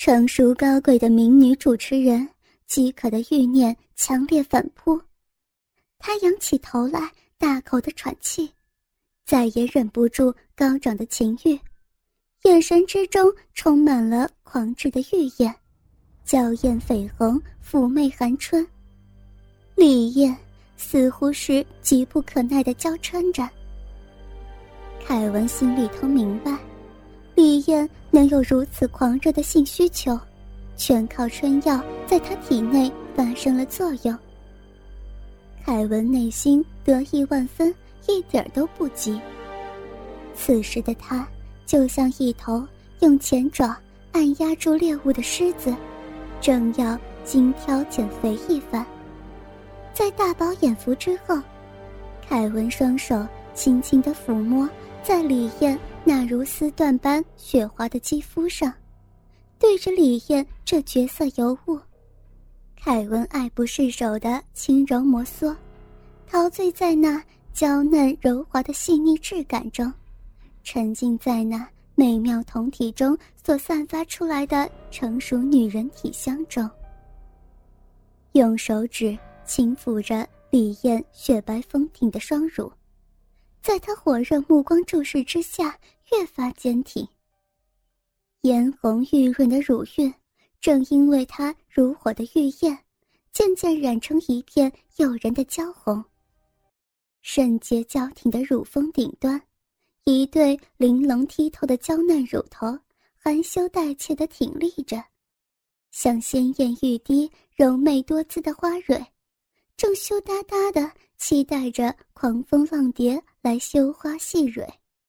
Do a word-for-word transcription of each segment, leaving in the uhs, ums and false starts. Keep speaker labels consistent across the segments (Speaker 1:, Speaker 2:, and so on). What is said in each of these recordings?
Speaker 1: 成熟高贵的民女主持人，饥渴的欲念强烈反扑。她仰起头来，大口的喘气，再也忍不住高涨的情欲，眼神之中充满了狂炽的欲焰，娇艳绯红，妩媚含春。李艳似乎是急不可耐地娇嗔着。凯文心里头明白，李艳能有如此狂热的性需求，全靠春药在她体内发生了作用。凯文内心得意万分，一点都不急。此时的他就像一头用前爪按压住猎物的狮子，正要精挑减肥一番。在大饱眼福之后，凯文双手轻轻地抚摸在李艳那如丝缎般雪滑的肌肤上，对着李艳这绝色尤物，凯文爱不释手地轻柔摩挲，陶醉在那娇嫩柔滑的细腻质感中，沉浸在那美妙酮体中所散发出来的成熟女人体香中。用手指轻抚着李艳雪白丰挺的双乳，在她火热目光注视之下越发坚挺。嫣红玉润的乳晕正因为她如火的欲焰，渐渐染成一片诱人的娇红。圣洁娇挺的乳峰顶端，一对玲珑剔透的娇嫩乳头含羞带怯地挺立着，像鲜艳欲滴柔媚多姿的花蕊，正羞答答地期待着狂风浪蝶来羞花戏蕊。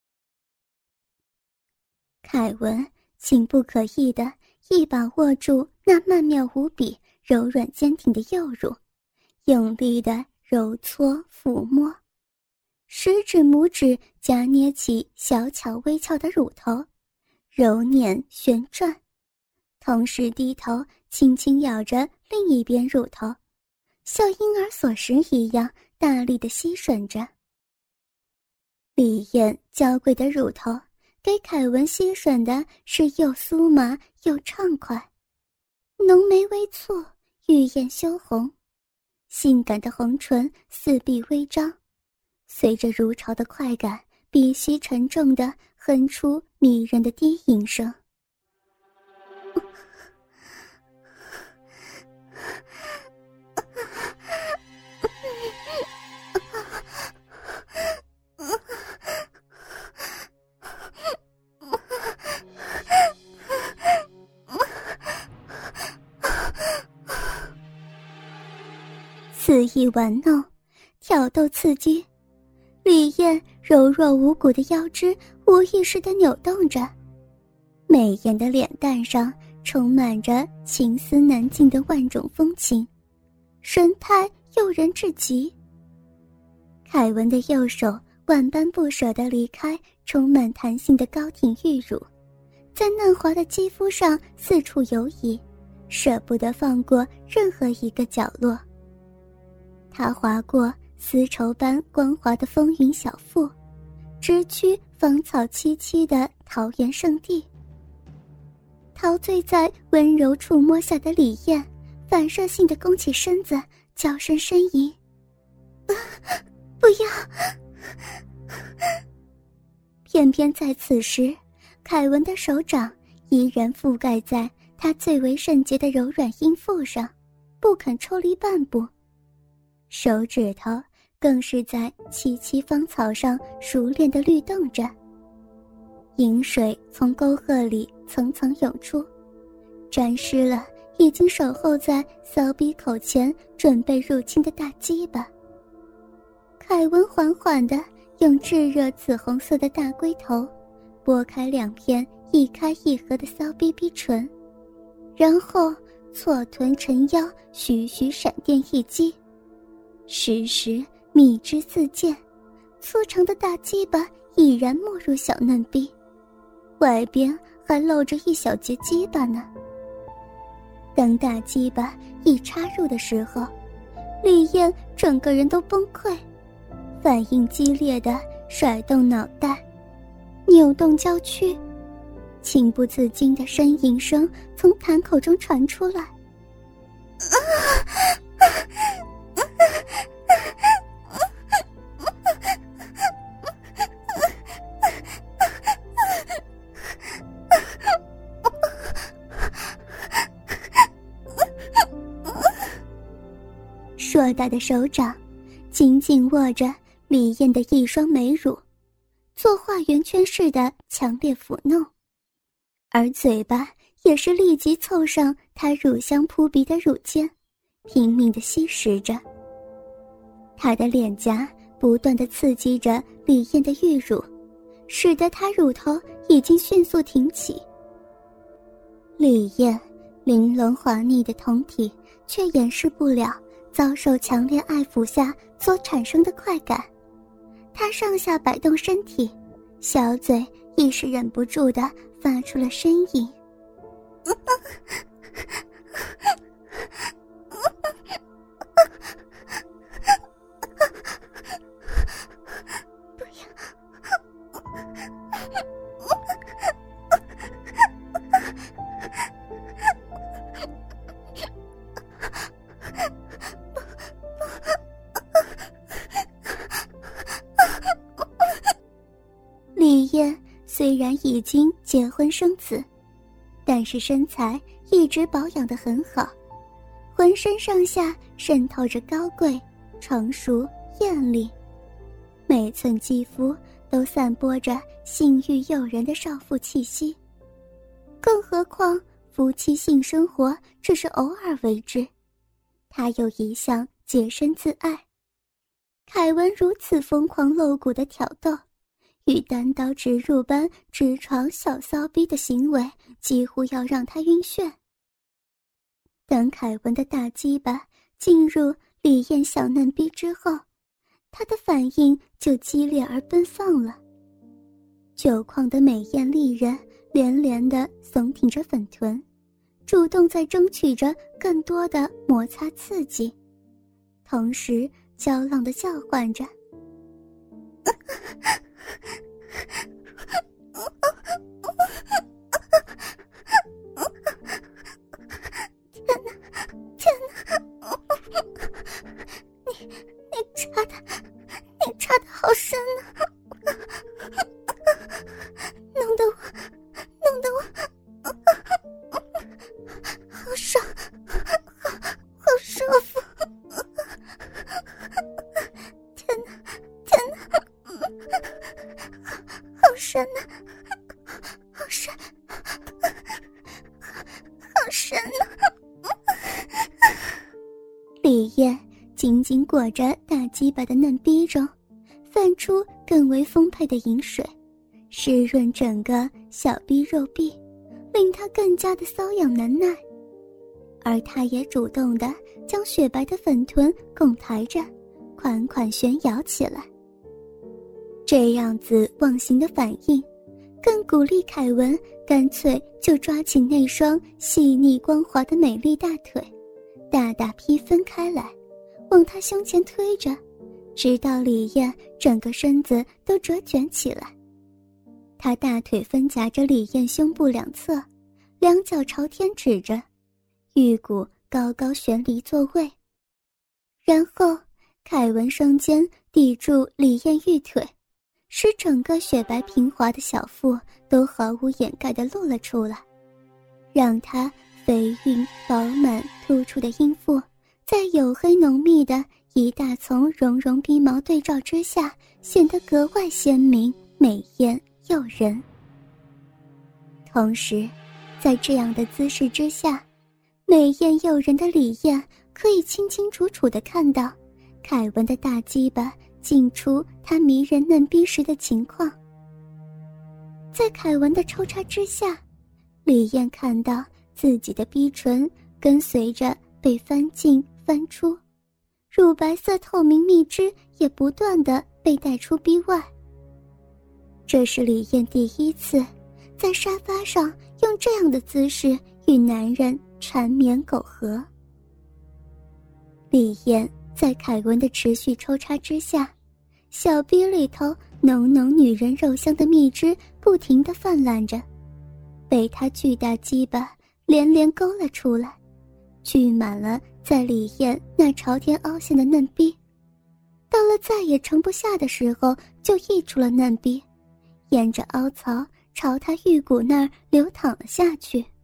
Speaker 1: 凯文情不可抑地一把握住那曼妙无比柔软坚挺的幼乳，用力地揉搓抚摸，食指拇指夹捏起小巧微翘的乳头，揉捻旋转，同时低头轻轻咬着另一边乳头，像婴儿所食一样大力地吸吮着。李艳娇贵的乳头给凯文吸吮的是又酥麻又畅快，浓眉微蹙，玉眼羞红，性感的红唇四臂微张，随着如潮的快感，鼻息沉重地哼出迷人的低吟声。肆意玩弄，挑逗刺激，李艳柔弱无骨的腰肢无意识地扭动着，美艳的脸蛋上充满着情思难尽的万种风情，神态诱人至极。凯文的右手万般不舍地离开充满弹性的高挺玉乳，在嫩滑的肌肤上四处游移，舍不得放过任何一个角落。他划过丝绸般光滑的风云小腹，直趋芳草萋萋的桃源圣地。陶醉在温柔触摸下的李艳反射性地弓起身子，娇声呻吟：啊，不要！偏偏在此时，凯文的手掌依然覆盖在他最为圣洁的柔软阴腹上，不肯抽离半步，手指头更是在萋萋芳草上熟练地律动着。饮水从沟壑里层层涌出，沾湿了已经守候在骚逼口前准备入侵的大鸡巴。凯文缓缓地用炙热紫红色的大龟头拨开两片一开一合的骚逼逼唇，然后错臀沉腰，徐徐闪电一击，时时蜜汁四溅，粗长的大鸡巴已然没入小嫩逼，外边还露着一小截鸡巴呢。当大鸡巴一插入的时候，李艳整个人都崩溃，反应激烈地甩动脑袋，扭动娇躯， 情不自禁的呻吟声从痰口中传出来。硕大的手掌紧紧握着李艳的一双美乳，做画圆圈式的强烈抚弄，而嘴巴也是立即凑上她乳香扑鼻的乳尖，拼命地吸食着。她的脸颊不断地刺激着李艳的玉乳，使得她乳头已经迅速挺起。李艳玲珑滑腻的胴体却掩饰不了遭受强烈爱抚下所产生的快感，她上下摆动身体，小嘴亦是忍不住地发出了呻吟。李艳虽然已经结婚生子，但是身材一直保养得很好，浑身上下渗透着高贵、成熟、艳丽，每寸肌肤都散播着性欲诱人的少妇气息。更何况夫妻性生活只是偶尔为之，她又一向洁身自爱。凯文如此疯狂露骨的挑逗，与单刀直入般直闯小骚逼的行为几乎要让他晕眩。等凯文的大鸡巴进入李艳小嫩逼之后，他的反应就激烈而奔放了。酒矿的美艳丽人连连地耸挺着粉臀，主动在争取着更多的摩擦刺激，同时娇浪地叫唤着。天哪，天哪！你你插的，你插的好深啊！弄得我，弄得我，好爽，好好舒服！天哪，天哪！好深啊，好深，好深啊！李艳紧紧裹着大鸡巴的嫩逼中，泛出更为丰沛的饮水，湿润整个小逼肉壁，令她更加的瘙痒难耐。而她也主动地将雪白的粉臀拱抬着，款款旋摇起来。这样子忘形的反应，更鼓励凯文干脆就抓起那双细腻光滑的美丽大腿，大大劈分开来，往他胸前推着，直到李艳整个身子都折卷起来。他大腿分夹着李艳胸部两侧，两脚朝天指着，玉骨高高悬离座位。然后凯文双肩抵住李艳玉腿，使整个雪白平滑的小腹都毫无掩盖地露了出来，让她肥韵饱满突出的阴腹在黝黑浓密的一大丛绒绒逼毛对照之下，显得格外鲜明、美艳诱人。同时在这样的姿势之下，美艳诱人的李艳可以清清楚楚地看到凯文的大鸡巴进出他迷人嫩逼时的情况。在凯文的抽插之下，李艳看到自己的逼唇跟随着被翻进翻出，乳白色透明蜜汁也不断地被带出逼外。这是李艳第一次在沙发上用这样的姿势与男人缠绵苟合。李艳在凯文的持续抽插之下，小逼里头浓浓女人肉香的蜜汁不停地泛滥着， 被他巨大鸡巴连连勾了出来，聚满了在李艳那朝天凹陷的嫩逼。到了再也盛不下的时候，就溢出了嫩逼，沿着凹槽朝他玉骨那儿流淌了下去。